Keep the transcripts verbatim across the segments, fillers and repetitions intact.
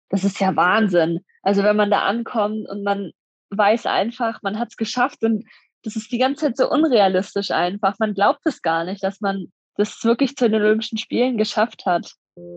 das ist ja Wahnsinn. Also wenn man da ankommt und man weiß einfach, man hat es geschafft und das ist die ganze Zeit so unrealistisch einfach. Man glaubt es gar nicht, dass man das wirklich zu den Olympischen Spielen geschafft hat.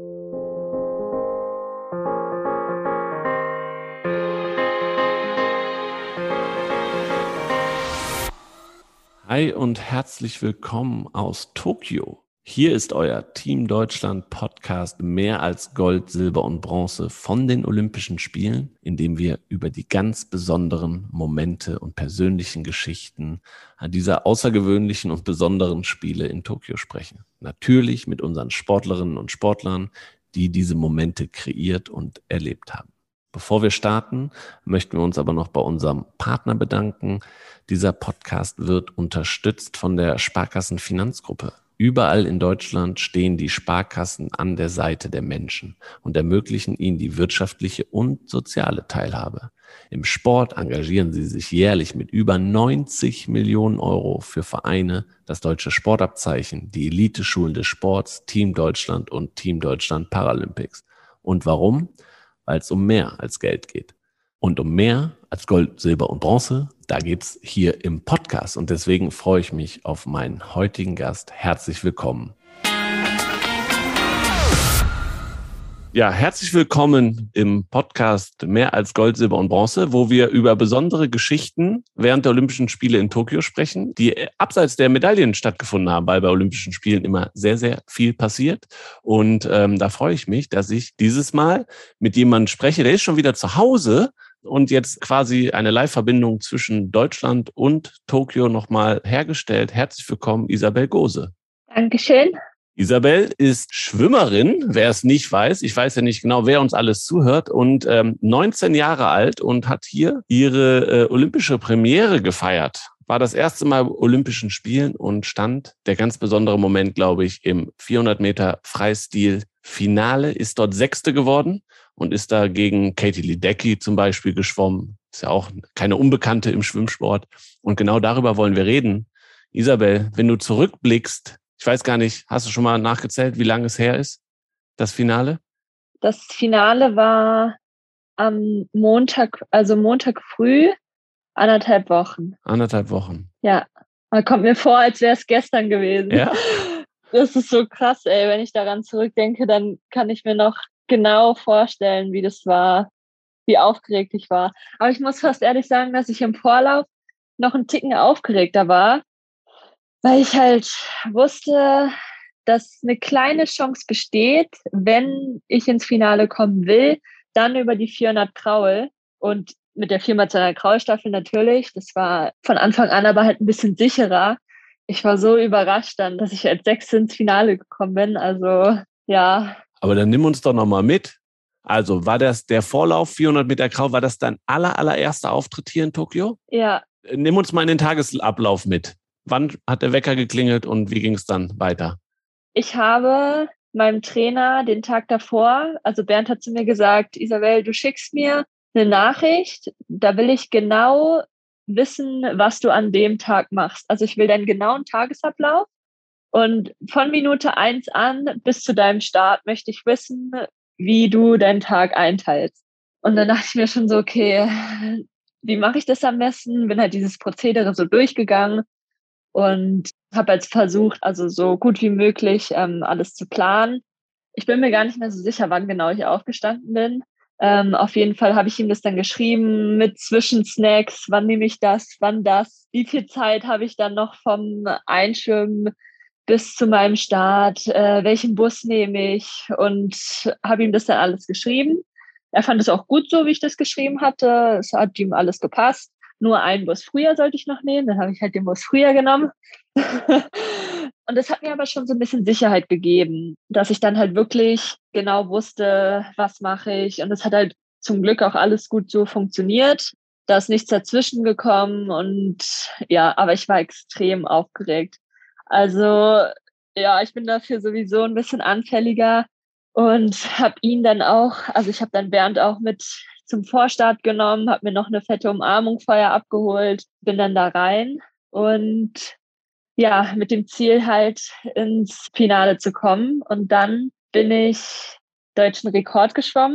Hi und herzlich willkommen aus Tokio. Hier ist euer Team Deutschland Podcast Mehr als Gold, Silber und Bronze von den Olympischen Spielen, in dem wir über die ganz besonderen Momente und persönlichen Geschichten dieser außergewöhnlichen und besonderen Spiele in Tokio sprechen. Natürlich mit unseren Sportlerinnen und Sportlern, die diese Momente kreiert und erlebt haben. Bevor wir starten, möchten wir uns aber noch bei unserem Partner bedanken. Dieser Podcast wird unterstützt von der Sparkassen Finanzgruppe. Überall in Deutschland stehen die Sparkassen an der Seite der Menschen und ermöglichen ihnen die wirtschaftliche und soziale Teilhabe. Im Sport engagieren sie sich jährlich mit über neunzig Millionen Euro für Vereine, das deutsche Sportabzeichen, die Eliteschulen des Sports, Team Deutschland und Team Deutschland Paralympics. Und warum? Weil es um mehr als Geld geht. Und um mehr als Gold, Silber und Bronze, da geht's hier im Podcast. Und deswegen freue ich mich auf meinen heutigen Gast. Herzlich willkommen. Ja, herzlich willkommen im Podcast Mehr als Gold, Silber und Bronze, wo wir über besondere Geschichten während der Olympischen Spiele in Tokio sprechen, die abseits der Medaillen stattgefunden haben, weil bei Olympischen Spielen immer sehr, sehr viel passiert. Und ähm, da freue ich mich, dass ich dieses Mal mit jemandem spreche, der ist schon wieder zu Hause und jetzt quasi eine Live-Verbindung zwischen Deutschland und Tokio nochmal hergestellt. Herzlich willkommen, Isabel Gose. Dankeschön. Isabel ist Schwimmerin, wer es nicht weiß. Ich weiß ja nicht genau, wer uns alles zuhört. Und ähm, neunzehn Jahre alt und hat hier ihre äh, olympische Premiere gefeiert. War das erste Mal bei Olympischen Spielen und stand der ganz besondere Moment, glaube ich, im vierhundert Meter Freistil-Finale. Ist dort Sechste geworden und ist da gegen Katie Ledecky zum Beispiel geschwommen. Ist ja auch keine Unbekannte im Schwimmsport. Und genau darüber wollen wir reden. Isabel, wenn du zurückblickst, ich weiß gar nicht, hast du schon mal nachgezählt, wie lange es her ist, das Finale? Das Finale war am Montag, also Montag früh, anderthalb Wochen. Anderthalb Wochen. Ja, man kommt mir vor, als wäre es gestern gewesen. Ja? Das ist so krass, ey. Wenn ich daran zurückdenke, dann kann ich mir noch genau vorstellen, wie das war, wie aufgeregt ich war. Aber ich muss fast ehrlich sagen, dass ich im Vorlauf noch einen Ticken aufgeregter war, weil ich halt wusste, dass eine kleine Chance besteht, wenn ich ins Finale kommen will, dann über die vierhundert Kraul und mit der vier mal zweihundert Kraul-Staffel natürlich. Das war von Anfang an aber halt ein bisschen sicherer. Ich war so überrascht dann, dass ich als Sechste ins Finale gekommen bin. Also, ja. Aber dann nimm uns doch nochmal mit. Also war das der Vorlauf vierhundert Meter Kraul, war das dein aller, allererster Auftritt hier in Tokio? Ja. Nimm uns mal in den Tagesablauf mit. Wann hat der Wecker geklingelt und wie ging es dann weiter? Ich habe meinem Trainer den Tag davor, also Bernd hat zu mir gesagt, Isabel, du schickst mir eine Nachricht, da will ich genau wissen, was du an dem Tag machst. Also ich will deinen genauen Tagesablauf und von Minute eins an bis zu deinem Start möchte ich wissen, wie du deinen Tag einteilst. Und dann dachte ich mir schon so, okay, wie mache ich das am besten? Bin halt dieses Prozedere so durchgegangen und habe jetzt versucht, also so gut wie möglich ähm, alles zu planen. Ich bin mir gar nicht mehr so sicher, wann genau ich aufgestanden bin. Ähm, auf jeden Fall habe ich ihm das dann geschrieben mit Zwischensnacks, wann nehme ich das, wann das, wie viel Zeit habe ich dann noch vom Einschwimmen bis zu meinem Start, äh, welchen Bus nehme ich und habe ihm das dann alles geschrieben. Er fand es auch gut so, wie ich das geschrieben hatte. Es hat ihm alles gepasst. Nur einen Bus früher sollte ich noch nehmen, dann habe ich halt den Bus früher genommen. Und das hat mir aber schon so ein bisschen Sicherheit gegeben, dass ich dann halt wirklich genau wusste, was mache ich. Und es hat halt zum Glück auch alles gut so funktioniert. Da ist nichts dazwischen gekommen und ja, aber ich war extrem aufgeregt. Also ja, ich bin dafür sowieso ein bisschen anfälliger und habe ihn dann auch, also ich habe dann Bernd auch mit zum Vorstart genommen, habe mir noch eine fette Umarmung vorher abgeholt, bin dann da rein und ja, mit dem Ziel halt ins Finale zu kommen. Und dann bin ich deutschen Rekord geschwommen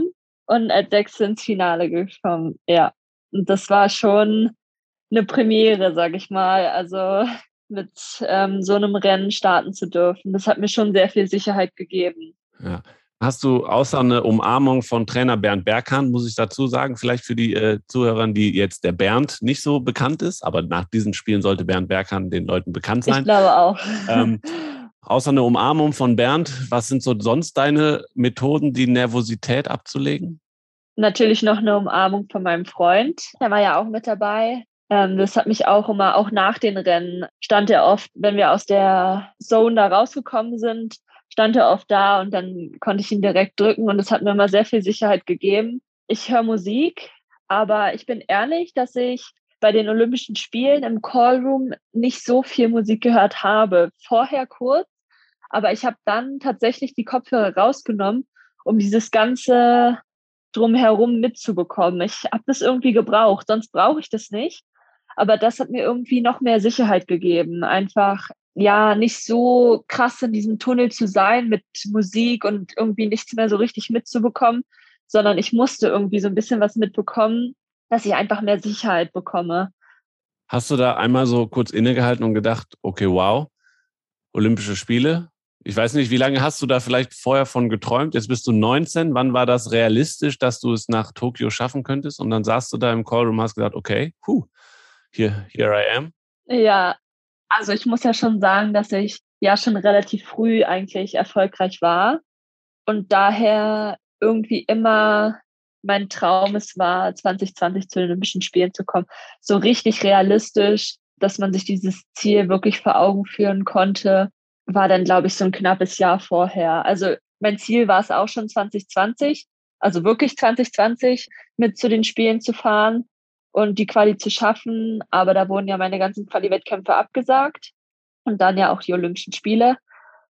und als Sechste ins Finale gekommen. Ja, und das war schon eine Premiere, sag ich mal. Also mit ähm, so einem Rennen starten zu dürfen, das hat mir schon sehr viel Sicherheit gegeben. Ja. Hast du außer eine Umarmung von Trainer Bernd Berghahn, muss ich dazu sagen, vielleicht für die äh, Zuhörer, die jetzt der Bernd nicht so bekannt ist, aber nach diesen Spielen sollte Bernd Berghahn den Leuten bekannt sein. Ich glaube auch. Ähm, außer eine Umarmung von Bernd, was sind so sonst deine Methoden, die Nervosität abzulegen? Natürlich noch eine Umarmung von meinem Freund. Der war ja auch mit dabei. Ähm, das hat mich auch immer, auch nach den Rennen, stand er oft, wenn wir aus der Zone da rausgekommen sind, stand er oft da und dann konnte ich ihn direkt drücken und das hat mir immer sehr viel Sicherheit gegeben. Ich höre Musik, aber ich bin ehrlich, dass ich bei den Olympischen Spielen im Callroom nicht so viel Musik gehört habe. Vorher kurz, aber ich habe dann tatsächlich die Kopfhörer rausgenommen, um dieses ganze Drumherum mitzubekommen. Ich habe das irgendwie gebraucht, sonst brauche ich das nicht. Aber das hat mir irgendwie noch mehr Sicherheit gegeben. Einfach, ja, nicht so krass in diesem Tunnel zu sein mit Musik und irgendwie nichts mehr so richtig mitzubekommen, sondern ich musste irgendwie so ein bisschen was mitbekommen, dass ich einfach mehr Sicherheit bekomme. Hast du da einmal so kurz innegehalten und gedacht, okay, wow, Olympische Spiele? Ich weiß nicht, wie lange hast du da vielleicht vorher von geträumt? Jetzt bist du neunzehn. Wann war das realistisch, dass du es nach Tokio schaffen könntest? Und dann saßt du da im Callroom und hast gesagt, okay, puh, here, here I am. Ja, also ich muss ja schon sagen, dass ich ja schon relativ früh eigentlich erfolgreich war und daher irgendwie immer mein Traum es war, zwanzig zwanzig zu den Olympischen Spielen zu kommen. So richtig realistisch, dass man sich dieses Ziel wirklich vor Augen führen konnte, war dann, glaube ich, so ein knappes Jahr vorher. Also mein Ziel war es auch schon zwanzig zwanzig, also wirklich zwanzig zwanzig mit zu den Spielen zu fahren und die Quali zu schaffen. Aber da wurden ja meine ganzen Quali-Wettkämpfe abgesagt und dann ja auch die Olympischen Spiele.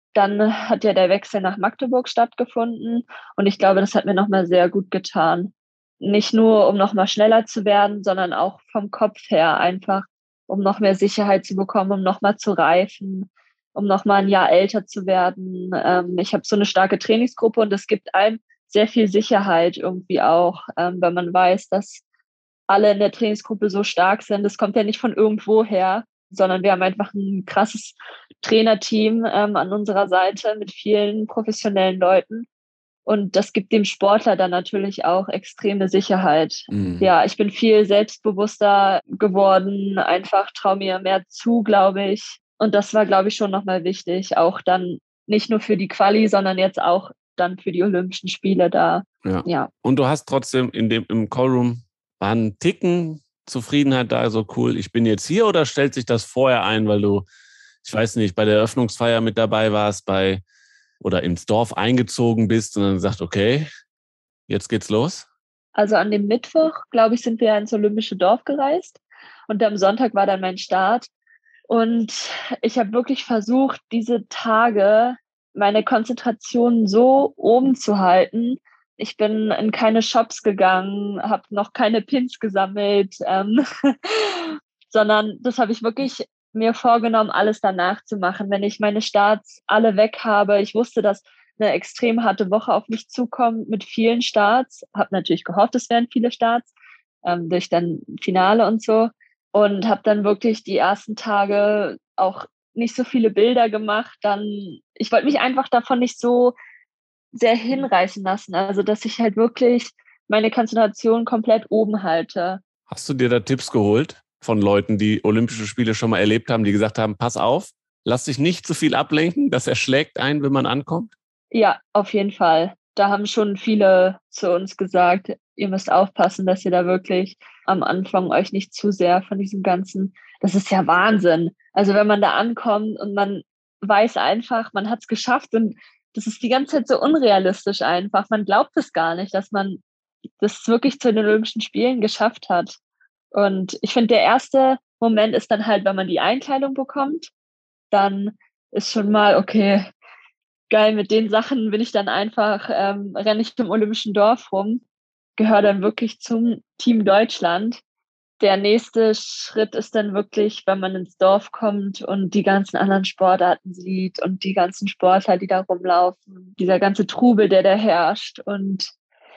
Dann hat ja der Wechsel nach Magdeburg stattgefunden und ich glaube, das hat mir nochmal sehr gut getan. Nicht nur, um nochmal schneller zu werden, sondern auch vom Kopf her einfach, um noch mehr Sicherheit zu bekommen, um nochmal zu reifen, um nochmal ein Jahr älter zu werden. Ähm, ich habe so eine starke Trainingsgruppe und es gibt einem sehr viel Sicherheit irgendwie auch, ähm, wenn man weiß, dass alle in der Trainingsgruppe so stark sind. Das kommt ja nicht von irgendwo her, sondern wir haben einfach ein krasses Trainerteam ähm, an unserer Seite mit vielen professionellen Leuten. Und das gibt dem Sportler dann natürlich auch extreme Sicherheit. Mhm. Ja, ich bin viel selbstbewusster geworden, einfach traue mir mehr zu, glaube ich. Und das war, glaube ich, schon nochmal wichtig, auch dann nicht nur für die Quali, sondern jetzt auch dann für die Olympischen Spiele da. Ja. ja. Und du hast trotzdem in dem, im Callroom war ein Ticken Zufriedenheit da, so cool, ich bin jetzt hier, oder stellt sich das vorher ein, weil du, ich weiß nicht, bei der Eröffnungsfeier mit dabei warst, bei oder ins Dorf eingezogen bist und dann sagt, okay, jetzt geht's los? Also an dem Mittwoch, glaube ich, sind wir ins Olympische Dorf gereist und am Sonntag war dann mein Start. Und ich habe wirklich versucht, diese Tage meine Konzentration so oben zu halten. Ich bin in keine Shops gegangen, habe noch keine Pins gesammelt, ähm, sondern das habe ich wirklich mir vorgenommen, alles danach zu machen. Wenn ich meine Starts alle weg habe, ich wusste, dass eine extrem harte Woche auf mich zukommt mit vielen Starts. Habe natürlich gehofft, es wären viele Starts, ähm, durch dann Finale und so. Und habe dann wirklich die ersten Tage auch nicht so viele Bilder gemacht. Dann, ich wollte mich einfach davon nicht so sehr hinreißen lassen. Also, dass ich halt wirklich meine Konzentration komplett oben halte. Hast du dir da Tipps geholt von Leuten, die Olympische Spiele schon mal erlebt haben, die gesagt haben, pass auf, lass dich nicht zu viel ablenken, das erschlägt einen, wenn man ankommt? Ja, auf jeden Fall. Da haben schon viele zu uns gesagt, ihr müsst aufpassen, dass ihr da wirklich am Anfang euch nicht zu sehr von diesem ganzen, das ist ja Wahnsinn. Also wenn man da ankommt und man weiß einfach, man hat es geschafft und das ist die ganze Zeit so unrealistisch einfach. Man glaubt es gar nicht, dass man das wirklich zu den Olympischen Spielen geschafft hat. Und ich finde, der erste Moment ist dann halt, wenn man die Einkleidung bekommt, dann ist schon mal, okay, geil, mit den Sachen bin ich dann einfach, ähm, renne ich im Olympischen Dorf rum, gehöre dann wirklich zum Team Deutschland. Der nächste Schritt ist dann wirklich, wenn man ins Dorf kommt und die ganzen anderen Sportarten sieht und die ganzen Sportler, die da rumlaufen, dieser ganze Trubel, der da herrscht. Und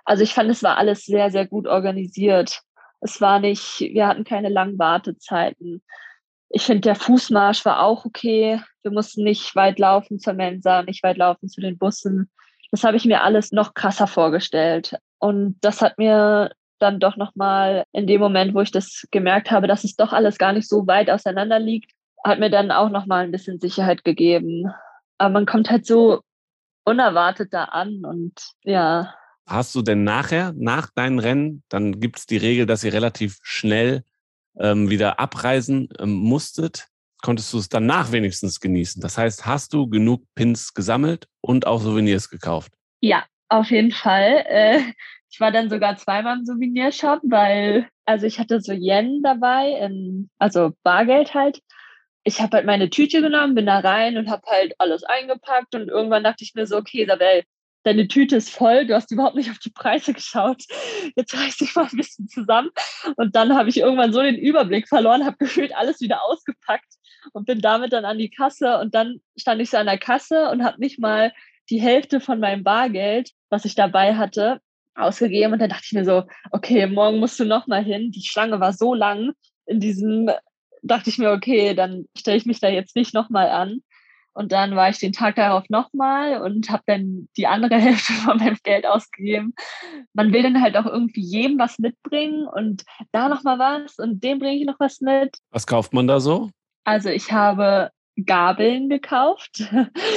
Also ich fand, es war alles sehr, sehr gut organisiert. Es war nicht, wir hatten keine langen Wartezeiten. Ich finde, der Fußmarsch war auch okay. Wir mussten nicht weit laufen zur Mensa, nicht weit laufen zu den Bussen. Das habe ich mir alles noch krasser vorgestellt. Und das hat mir dann doch nochmal in dem Moment, wo ich das gemerkt habe, dass es doch alles gar nicht so weit auseinander liegt, hat mir dann auch nochmal ein bisschen Sicherheit gegeben. Aber man kommt halt so unerwartet da an und ja. Hast du denn nachher, nach deinen Rennen, dann gibt es die Regel, dass ihr relativ schnell ähm, wieder abreisen ähm, musstet, konntest du es danach wenigstens genießen? Das heißt, hast du genug Pins gesammelt und auch Souvenirs gekauft? Ja, auf jeden Fall. Äh, ich war dann sogar zweimal im Souvenirshop, weil, also ich hatte so Yen dabei, in, also Bargeld halt. Ich habe halt meine Tüte genommen, bin da rein und habe halt alles eingepackt und irgendwann dachte ich mir so, okay, Isabel, deine Tüte ist voll, du hast überhaupt nicht auf die Preise geschaut. Jetzt reiß dich mal ein bisschen zusammen. Und dann habe ich irgendwann so den Überblick verloren, habe gefühlt alles wieder ausgepackt und bin damit dann an die Kasse. Und dann stand ich so an der Kasse und habe nicht mal die Hälfte von meinem Bargeld, was ich dabei hatte, ausgegeben. Und dann dachte ich mir so, okay, morgen musst du noch mal hin. Die Schlange war so lang in diesem, dachte ich mir, okay, dann stelle ich mich da jetzt nicht noch mal an. Und dann war ich den Tag darauf nochmal und habe dann die andere Hälfte von meinem Geld ausgegeben. Man will dann halt auch irgendwie jedem was mitbringen und da nochmal was und dem bringe ich noch was mit. Was kauft man da so? Also ich habe Gabeln gekauft.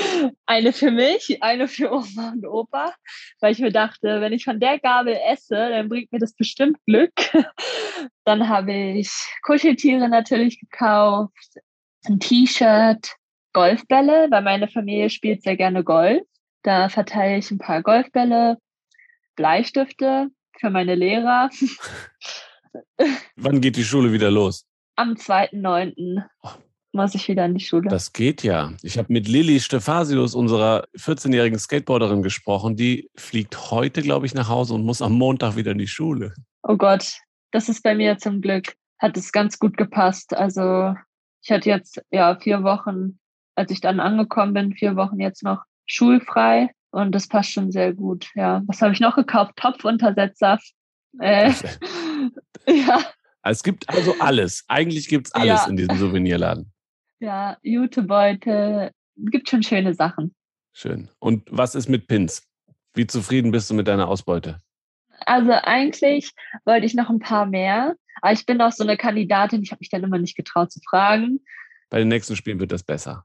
Eine für mich, eine für Oma und Opa, weil ich mir dachte, wenn ich von der Gabel esse, dann bringt mir das bestimmt Glück. Dann habe ich Kuscheltiere natürlich gekauft, ein T-Shirt, Golfbälle, weil meine Familie spielt sehr gerne Golf. Da verteile ich ein paar Golfbälle, Bleistifte für meine Lehrer. Wann geht die Schule wieder los? Am zweiten neunten muss ich wieder in die Schule. Das geht ja. Ich habe mit Lilly Stephasius, unserer vierzehnjährigen Skateboarderin, gesprochen. Die fliegt heute, glaube ich, nach Hause und muss am Montag wieder in die Schule. Oh Gott, das ist bei mir zum Glück, hat es ganz gut gepasst. Also ich hatte jetzt ja vier Wochen, als ich dann angekommen bin, vier Wochen jetzt noch schulfrei und das passt schon sehr gut. Ja, was habe ich noch gekauft? Topfuntersetzer. Äh, ja. Es gibt also alles. Eigentlich gibt es alles ja. in diesem Souvenirladen. Ja, Jutebeutel. Gibt schon schöne Sachen. Schön. Und was ist mit Pins? Wie zufrieden bist du mit deiner Ausbeute? Also eigentlich wollte ich noch ein paar mehr. Aber ich bin auch so eine Kandidatin, ich habe mich dann immer nicht getraut zu fragen. Bei den nächsten Spielen wird das besser.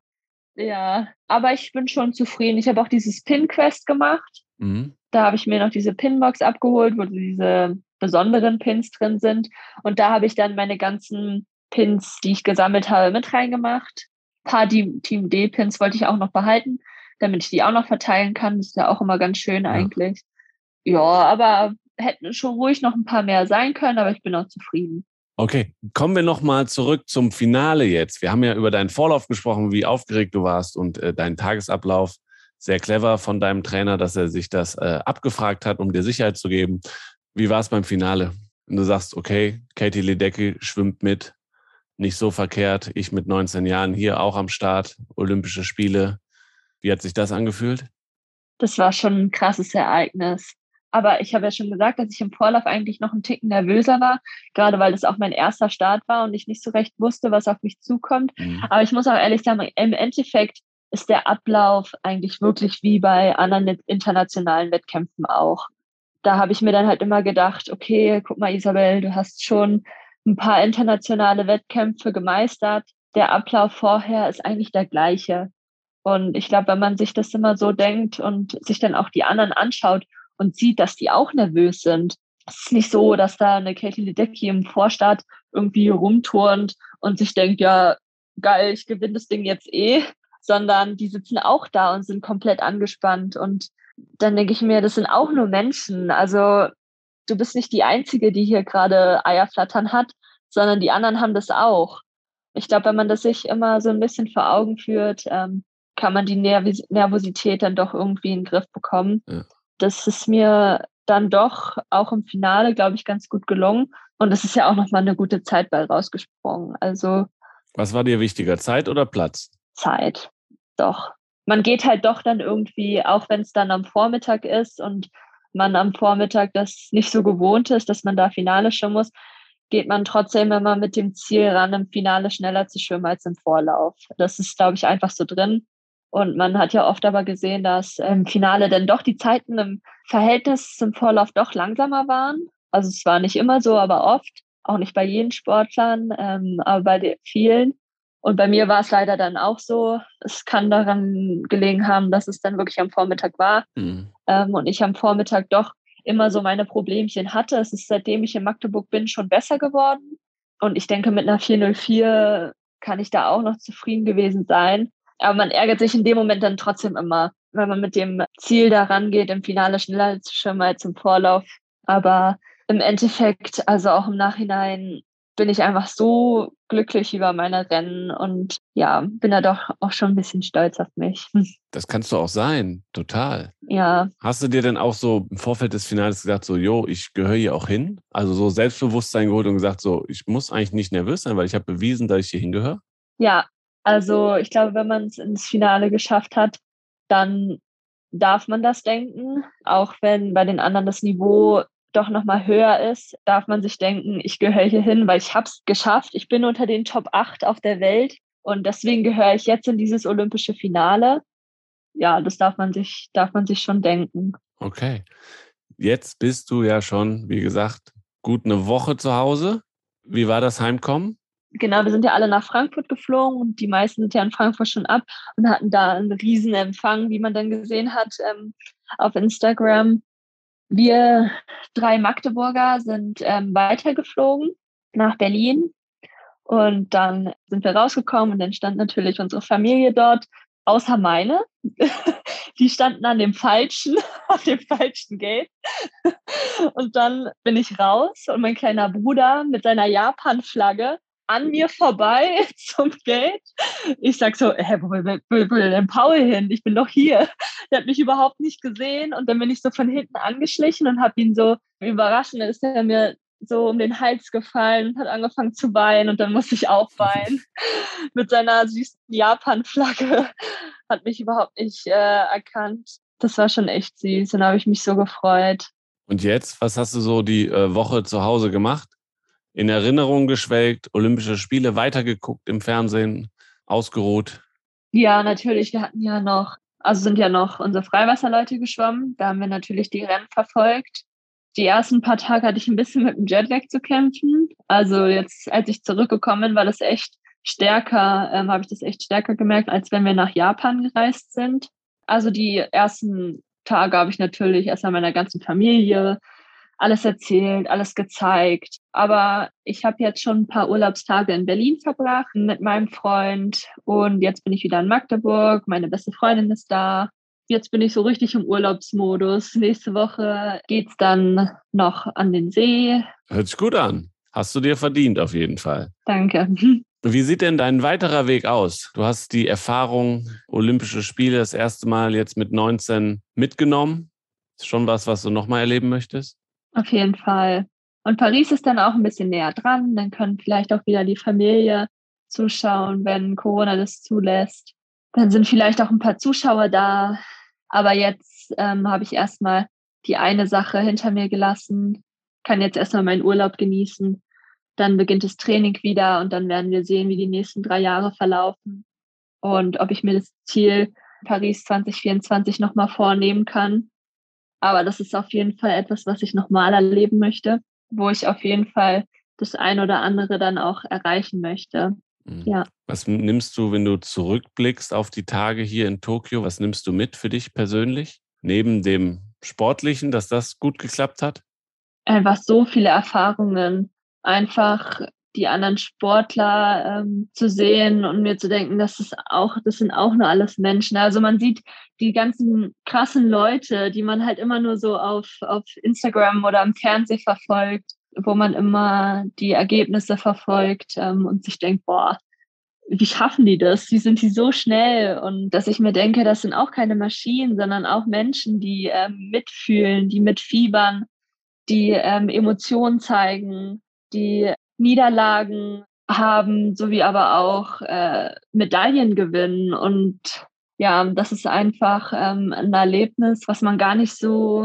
Ja, aber ich bin schon zufrieden. Ich habe auch dieses Pin-Quest gemacht. Mhm. Da habe ich mir noch diese Pinbox abgeholt, wo diese besonderen Pins drin sind. Und da habe ich dann meine ganzen Pins, die ich gesammelt habe, mit reingemacht. Ein paar Team D-Pins wollte ich auch noch behalten, damit ich die auch noch verteilen kann. Das ist ja auch immer ganz schön eigentlich. Ja, ja, aber hätten schon ruhig noch ein paar mehr sein können, aber ich bin auch zufrieden. Okay, kommen wir nochmal zurück zum Finale jetzt. Wir haben ja über deinen Vorlauf gesprochen, wie aufgeregt du warst und äh, deinen Tagesablauf. Sehr clever von deinem Trainer, dass er sich das äh, abgefragt hat, um dir Sicherheit zu geben. Wie war es beim Finale? Und du sagst, okay, Katie Ledecky schwimmt mit, nicht so verkehrt. Ich mit neunzehn Jahren hier auch am Start, Olympische Spiele. Wie hat sich das angefühlt? Das war schon ein krasses Ereignis. Aber ich habe ja schon gesagt, dass ich im Vorlauf eigentlich noch einen Ticken nervöser war, gerade weil das auch mein erster Start war und ich nicht so recht wusste, was auf mich zukommt. Mhm. Aber ich muss auch ehrlich sagen, im Endeffekt ist der Ablauf eigentlich wirklich wie bei anderen internationalen Wettkämpfen auch. Da habe ich mir dann halt immer gedacht, okay, guck mal, Isabel, du hast schon ein paar internationale Wettkämpfe gemeistert. Der Ablauf vorher ist eigentlich der gleiche. Und ich glaube, wenn man sich das immer so denkt und sich dann auch die anderen anschaut und sieht, dass die auch nervös sind. Es ist nicht so, dass da eine Katie Ledecky im Vorstart irgendwie rumturnt und sich denkt, ja, geil, ich gewinne das Ding jetzt eh, sondern die sitzen auch da und sind komplett angespannt. Und dann denke ich mir, das sind auch nur Menschen. Also du bist nicht die Einzige, die hier gerade Eierflattern hat, sondern die anderen haben das auch. Ich glaube, wenn man das sich immer so ein bisschen vor Augen führt, ähm, kann man die Nerv- Nervosität dann doch irgendwie in den Griff bekommen. Ja. Das ist mir dann doch auch im Finale, glaube ich, ganz gut gelungen. Und es ist ja auch nochmal eine gute Zeit bei rausgesprungen. Also. Was war dir wichtiger, Zeit oder Platz? Zeit, doch. Man geht halt doch dann irgendwie, auch wenn es dann am Vormittag ist und man am Vormittag das nicht so gewohnt ist, dass man da Finale schwimmen muss, geht man trotzdem immer mit dem Ziel ran, im Finale schneller zu schwimmen als im Vorlauf. Das ist, glaube ich, einfach so drin. Und man hat ja oft aber gesehen, dass im Finale dann doch die Zeiten im Verhältnis zum Vorlauf doch langsamer waren. Also es war nicht immer so, aber oft. Auch nicht bei jedem Sportlern, ähm, aber bei den vielen. Und bei mir war es leider dann auch so. Es kann daran gelegen haben, dass es dann wirklich am Vormittag war. Mhm. Ähm, und ich am Vormittag doch immer so meine Problemchen hatte. Es ist, seitdem ich in Magdeburg bin, schon besser geworden. Und ich denke, mit einer vier null vier kann ich da auch noch zufrieden gewesen sein. Aber man ärgert sich in dem Moment dann trotzdem immer, wenn man mit dem Ziel da rangeht, im Finale schneller zu schwimmen als im Vorlauf. Aber im Endeffekt, also auch im Nachhinein, bin ich einfach so glücklich über meine Rennen und ja, bin da doch auch schon ein bisschen stolz auf mich. Das kannst du auch sein, total. Ja. Hast du dir denn auch so im Vorfeld des Finales gesagt, so, jo, ich gehöre hier auch hin? Also so Selbstbewusstsein geholt und gesagt, so, ich muss eigentlich nicht nervös sein, weil ich habe bewiesen, dass ich hier hingehöre? Ja, also ich glaube, wenn man es ins Finale geschafft hat, dann darf man das denken, auch wenn bei den anderen das Niveau doch nochmal höher ist, darf man sich denken, ich gehöre hier hin, weil ich habe es geschafft. Ich bin unter den Top acht auf der Welt und deswegen gehöre ich jetzt in dieses olympische Finale. Ja, das darf man sich, darf man sich schon denken. Okay. Jetzt bist du ja schon, wie gesagt, gut eine Woche zu Hause. Wie war das Heimkommen? Genau, wir sind ja alle nach Frankfurt geflogen und die meisten sind ja in Frankfurt schon ab und hatten da einen riesen Empfang, wie man dann gesehen hat ähm, auf Instagram. Wir drei Magdeburger sind ähm, weitergeflogen nach Berlin und dann sind wir rausgekommen und dann stand natürlich unsere Familie dort, außer meine. Die standen an dem falschen, auf dem falschen Gate. Und dann bin ich raus und mein kleiner Bruder mit seiner Japan-Flagge an mir vorbei zum Gate. Ich sag so, hä, wo will, will, will denn Paul hin? Ich bin doch hier. Der hat mich überhaupt nicht gesehen und dann bin ich so von hinten angeschlichen und habe ihn so überraschend, ist er mir so um den Hals gefallen und hat angefangen zu weinen und dann musste ich auch weinen. Mit seiner süßen Japan-Flagge hat mich überhaupt nicht äh, erkannt. Das war schon echt süß und da habe ich mich so gefreut. Und jetzt, was hast du so die äh, Woche zu Hause gemacht? In Erinnerung geschwelgt, Olympische Spiele weitergeguckt im Fernsehen, ausgeruht? Ja, natürlich. Wir hatten ja noch, also sind ja noch unsere Freiwasserleute geschwommen. Da haben wir natürlich die Rennen verfolgt. Die ersten paar Tage hatte ich ein bisschen mit dem Jetlag zu kämpfen. Also jetzt, als ich zurückgekommen bin, war das echt stärker, ähm, habe ich das echt stärker gemerkt, als wenn wir nach Japan gereist sind. Also die ersten Tage habe ich natürlich erstmal meiner ganzen Familie alles erzählt, alles gezeigt. Aber ich habe jetzt schon ein paar Urlaubstage in Berlin verbracht mit meinem Freund und jetzt bin ich wieder in Magdeburg. Meine beste Freundin ist da. Jetzt bin ich so richtig im Urlaubsmodus. Nächste Woche geht's dann noch an den See. Hört sich gut an. Hast du dir verdient auf jeden Fall. Danke. Wie sieht denn dein weiterer Weg aus? Du hast die Erfahrung Olympische Spiele das erste Mal jetzt mit neunzehn mitgenommen. Ist schon was, was du nochmal erleben möchtest? Auf jeden Fall. Und Paris ist dann auch ein bisschen näher dran. Dann können vielleicht auch wieder die Familie zuschauen, wenn Corona das zulässt. Dann sind vielleicht auch ein paar Zuschauer da. Aber jetzt ähm, habe ich erstmal die eine Sache hinter mir gelassen, kann jetzt erstmal meinen Urlaub genießen. Dann beginnt das Training wieder und dann werden wir sehen, wie die nächsten drei Jahre verlaufen und ob ich mir das Ziel Paris zwanzig vierundzwanzig nochmal vornehmen kann. Aber das ist auf jeden Fall etwas, was ich nochmal erleben möchte, wo ich auf jeden Fall das ein oder andere dann auch erreichen möchte. Mhm. Ja. Was nimmst du, wenn du zurückblickst auf die Tage hier in Tokio? Was nimmst du mit für dich persönlich? Neben dem Sportlichen, dass das gut geklappt hat? Einfach so viele Erfahrungen. Einfach die anderen Sportler ähm, zu sehen und mir zu denken, das ist auch, das sind auch nur alles Menschen. Also man sieht die ganzen krassen Leute, die man halt immer nur so auf, auf Instagram oder im Fernsehen verfolgt, wo man immer die Ergebnisse verfolgt ähm, und sich denkt, boah, wie schaffen die das? Wie sind die so schnell? Und dass ich mir denke, das sind auch keine Maschinen, sondern auch Menschen, die ähm, mitfühlen, die mitfiebern, die ähm, Emotionen zeigen, die Niederlagen haben, sowie aber auch äh, Medaillen gewinnen. Und ja, das ist einfach ähm, ein Erlebnis, was man gar nicht so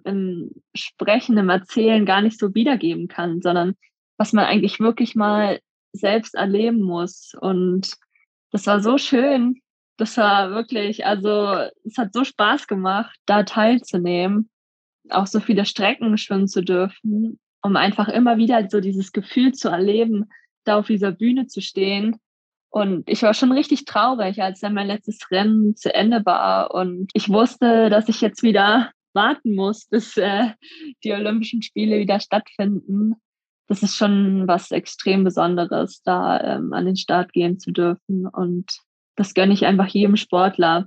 im Sprechen, im Erzählen gar nicht so wiedergeben kann, sondern was man eigentlich wirklich mal selbst erleben muss. Und das war so schön. Das war wirklich, also es hat so Spaß gemacht, da teilzunehmen, auch so viele Strecken schwimmen zu dürfen, um einfach immer wieder so dieses Gefühl zu erleben, da auf dieser Bühne zu stehen. Und ich war schon richtig traurig, als dann mein letztes Rennen zu Ende war und ich wusste, dass ich jetzt wieder warten muss, bis äh, die Olympischen Spiele wieder stattfinden. Das ist schon was extrem Besonderes, da ähm, an den Start gehen zu dürfen. Und das gönne ich einfach jedem Sportler.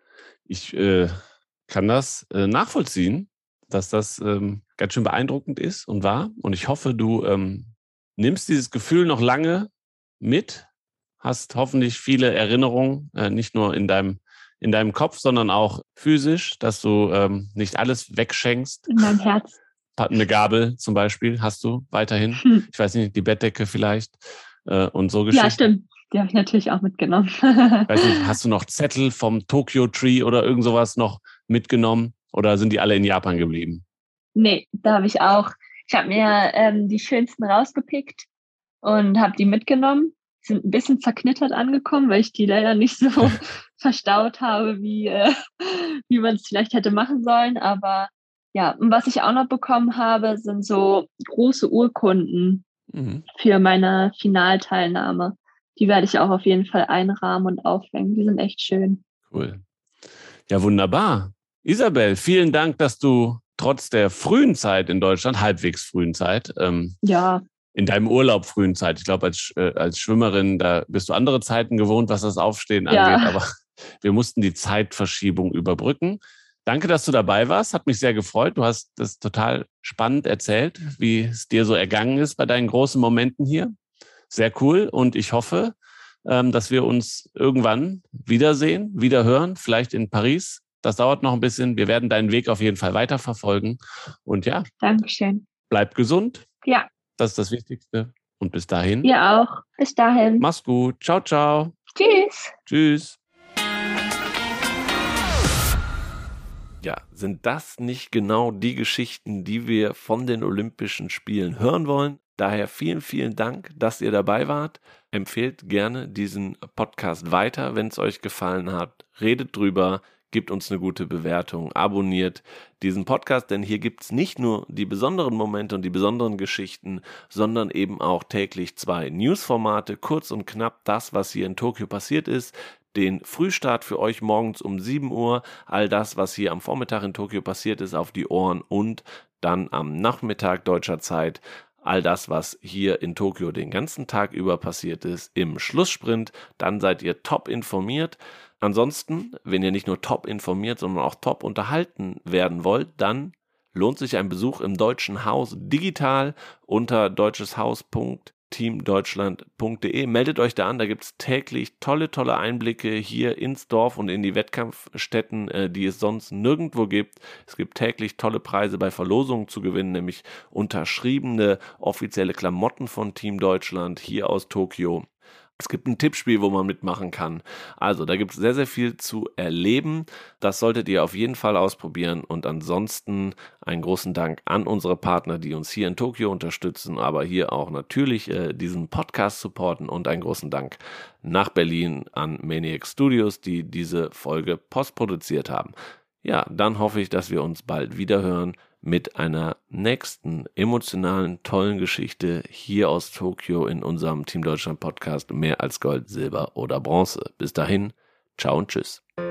Ich äh, kann das äh, nachvollziehen, dass das ähm, ganz schön beeindruckend ist und war. Und ich hoffe, du ähm, nimmst dieses Gefühl noch lange mit, hast hoffentlich viele Erinnerungen, äh, nicht nur in deinem, in deinem Kopf, sondern auch physisch, dass du ähm, nicht alles wegschenkst. In meinem Herz. Eine Gabel zum Beispiel hast du weiterhin. Hm. Ich weiß nicht, die Bettdecke vielleicht äh, und so Geschichten. Ja, stimmt. Die habe ich natürlich auch mitgenommen. Weiß nicht, hast du noch Zettel vom Tokyo Tree oder irgend sowas noch mitgenommen oder sind die alle in Japan geblieben? Nee, da habe ich auch, ich habe mir ähm, die schönsten rausgepickt und habe die mitgenommen. Sind ein bisschen zerknittert angekommen, weil ich die leider nicht so verstaut habe, wie, äh, wie man es vielleicht hätte machen sollen. Aber ja, und was ich auch noch bekommen habe, sind so große Urkunden mhm. für meine Finalteilnahme. Die werde ich auch auf jeden Fall einrahmen und aufhängen. Die sind echt schön. Cool. Ja, wunderbar. Isabel, vielen Dank, dass du trotz der frühen Zeit in Deutschland, halbwegs frühen Zeit, ähm, ja. in deinem Urlaub frühen Zeit, ich glaube, als, äh, als Schwimmerin, da bist du andere Zeiten gewohnt, was das Aufstehen ja. angeht, aber wir mussten die Zeitverschiebung überbrücken. Danke, dass du dabei warst, hat mich sehr gefreut. Du hast das total spannend erzählt, wie es dir so ergangen ist bei deinen großen Momenten hier. Sehr cool und ich hoffe, ähm, dass wir uns irgendwann wiedersehen, wiederhören, vielleicht in Paris. Das dauert noch ein bisschen. Wir werden deinen Weg auf jeden Fall weiterverfolgen. Und ja, Dankeschön. Bleib gesund. Ja. Das ist das Wichtigste. Und bis dahin. Ihr auch. Bis dahin. Mach's gut. Ciao, ciao. Tschüss. Tschüss. Ja, sind das nicht genau die Geschichten, die wir von den Olympischen Spielen hören wollen? Daher vielen, vielen Dank, dass ihr dabei wart. Empfehlt gerne diesen Podcast weiter, wenn es euch gefallen hat. Redet drüber, gebt uns eine gute Bewertung, abonniert diesen Podcast, denn hier gibt es nicht nur die besonderen Momente und die besonderen Geschichten, sondern eben auch täglich zwei Newsformate, kurz und knapp das, was hier in Tokio passiert ist. Den Frühstart für euch morgens um sieben Uhr, all das, was hier am Vormittag in Tokio passiert ist, auf die Ohren und dann am Nachmittag deutscher Zeit all das, was hier in Tokio den ganzen Tag über passiert ist, im Schlusssprint. Dann seid ihr top informiert. Ansonsten, wenn ihr nicht nur top informiert, sondern auch top unterhalten werden wollt, dann lohnt sich ein Besuch im Deutschen Haus digital unter deutscheshaus punkt teamdeutschland punkt de. Meldet euch da an, da gibt es täglich tolle, tolle Einblicke hier ins Dorf und in die Wettkampfstätten, die es sonst nirgendwo gibt. Es gibt täglich tolle Preise bei Verlosungen zu gewinnen, nämlich unterschriebene offizielle Klamotten von Team Deutschland hier aus Tokio. Es gibt ein Tippspiel, wo man mitmachen kann. Also da gibt es sehr, sehr viel zu erleben. Das solltet ihr auf jeden Fall ausprobieren. Und ansonsten einen großen Dank an unsere Partner, die uns hier in Tokio unterstützen, aber hier auch natürlich äh, diesen Podcast supporten. Und einen großen Dank nach Berlin an Maniac Studios, die diese Folge postproduziert haben. Ja, dann hoffe ich, dass wir uns bald wieder hören mit einer nächsten emotionalen, tollen Geschichte hier aus Tokio in unserem Team Deutschland Podcast Mehr als Gold, Silber oder Bronze. Bis dahin, ciao und tschüss.